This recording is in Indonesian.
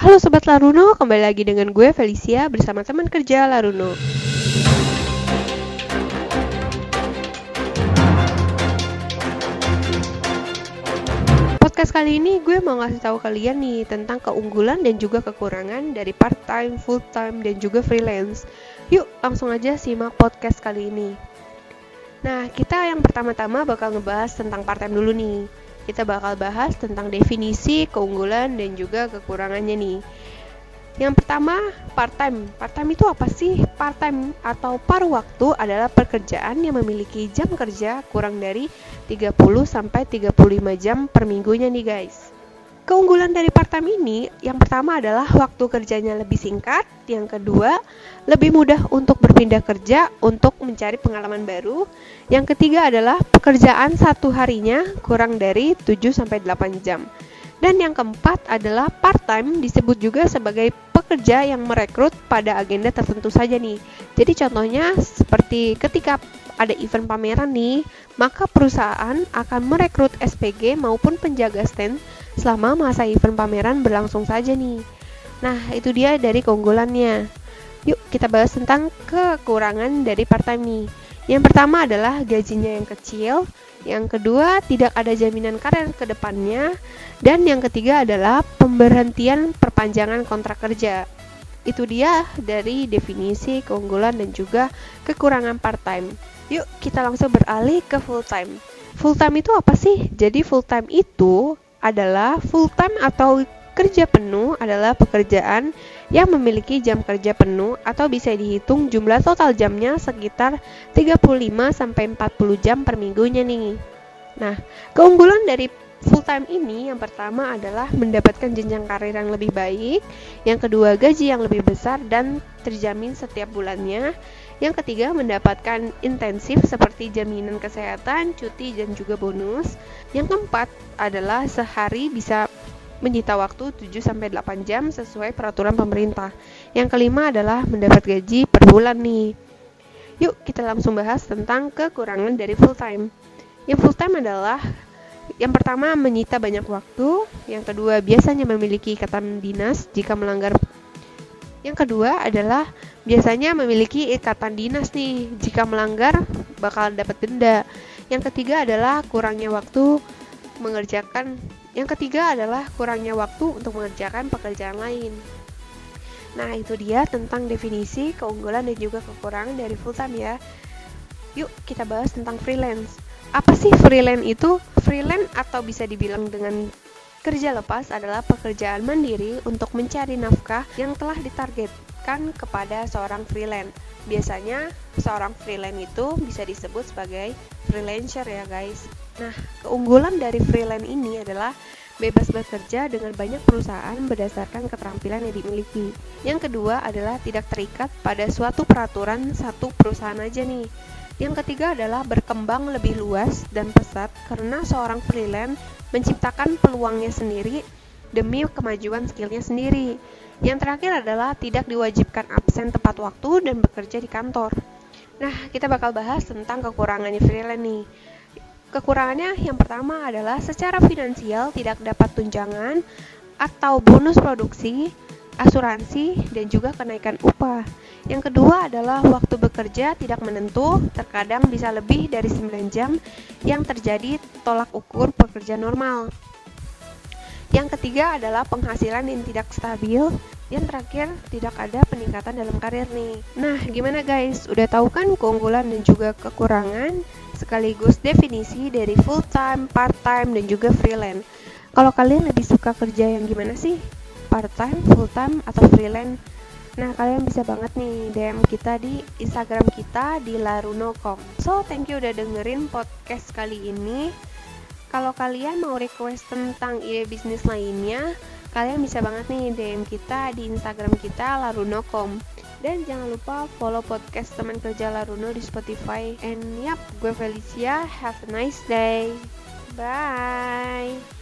Halo Sobat Laruno, kembali lagi dengan gue Felicia bersama teman kerja Laruno. Podcast kali ini gue mau ngasih tahu kalian nih tentang keunggulan dan juga kekurangan dari part-time, full-time, dan juga freelance. Yuk langsung aja simak podcast kali ini. Nah, kita yang pertama-tama bakal ngebahas tentang part-time dulu nih. Kita bakal bahas tentang definisi, keunggulan, dan juga kekurangannya nih. Yang pertama, part-time. Part-time itu apa sih? Part-time atau paruh waktu adalah pekerjaan yang memiliki jam kerja kurang dari 30-35 jam per minggunya nih guys. Keunggulan dari part-time ini, yang pertama adalah waktu kerjanya lebih singkat. Yang kedua, lebih mudah untuk berpindah kerja untuk mencari pengalaman baru. Yang ketiga adalah pekerjaan satu harinya kurang dari 7-8 jam. Dan yang keempat adalah part-time disebut juga sebagai pekerja yang merekrut pada agenda tertentu saja nih. Jadi contohnya seperti ketika ada event pameran nih, maka perusahaan akan merekrut SPG maupun penjaga stand selama masa event pameran berlangsung saja nih. Nah, itu dia dari keunggulannya. Yuk kita bahas tentang kekurangan dari part-time nih. Yang pertama adalah gajinya yang kecil. Yang kedua, tidak ada jaminan karir ke depannya. Dan yang ketiga adalah pemberhentian perpanjangan kontrak kerja. Itu dia dari definisi keunggulan dan juga kekurangan part-time. Yuk kita langsung beralih ke full-time. Full-time itu apa sih? Jadi full-time itu adalah full-time atau kerja penuh adalah pekerjaan yang memiliki jam kerja penuh atau bisa dihitung jumlah total jamnya sekitar 35-40 jam per minggunya nih. Nah, keunggulan dari full time ini yang pertama adalah mendapatkan jenjang karir yang lebih baik, yang kedua gaji yang lebih besar dan terjamin setiap bulannya, yang ketiga mendapatkan intensif seperti jaminan kesehatan, cuti dan juga bonus, yang keempat adalah sehari bisa menyita waktu 7-8 jam sesuai peraturan pemerintah. Yang kelima adalah mendapat gaji per bulan nih. Yuk kita langsung bahas tentang kekurangan dari full time. Yang full time adalah yang pertama menyita banyak waktu, yang kedua biasanya memiliki ikatan dinas jika melanggar. Yang kedua adalah biasanya memiliki ikatan dinas nih, jika melanggar bakal dapat denda. Yang ketiga adalah kurangnya waktu untuk mengerjakan pekerjaan lain. Nah, itu dia tentang definisi, keunggulan dan juga kekurangan dari full time ya. Yuk kita bahas tentang freelance. Apa sih freelance itu? Freelance atau bisa dibilang dengan kerja lepas adalah pekerjaan mandiri untuk mencari nafkah yang telah ditargetkan kepada seorang freelance. Biasanya seorang freelance itu bisa disebut sebagai freelancer ya guys. Nah, keunggulan dari freelance ini adalah bebas bekerja dengan banyak perusahaan berdasarkan keterampilan yang dimiliki. Yang kedua adalah tidak terikat pada suatu peraturan satu perusahaan aja nih. Yang ketiga adalah berkembang lebih luas dan pesat karena seorang freelance menciptakan peluangnya sendiri demi kemajuan skillnya sendiri. Yang terakhir adalah tidak diwajibkan absen tepat waktu dan bekerja di kantor. Nah, kita bakal bahas tentang kekurangannya freelance nih. Kekurangannya yang pertama adalah secara finansial tidak dapat tunjangan atau bonus produksi, asuransi, dan juga kenaikan upah. Yang kedua adalah waktu bekerja tidak menentu, terkadang bisa lebih dari 9 jam yang terjadi tolak ukur pekerja normal. Yang ketiga adalah penghasilan yang tidak stabil. Yang terakhir, tidak ada peningkatan dalam karir nih. Nah, gimana guys? Udah tahu kan keunggulan dan juga kekurangan sekaligus definisi dari full time, part time dan juga freelance. Kalau kalian lebih suka kerja yang gimana sih? Part time, full time atau freelance? Nah, kalian bisa banget nih DM kita di Instagram kita di laruno.com. So, thank you udah dengerin podcast kali ini. Kalau kalian mau request tentang ide bisnis lainnya, kalian bisa banget nih DM kita di Instagram kita laruno.com. Dan jangan lupa follow podcast teman kerja Laruno di Spotify. And yap, gue Felicia. Have a nice day. Bye.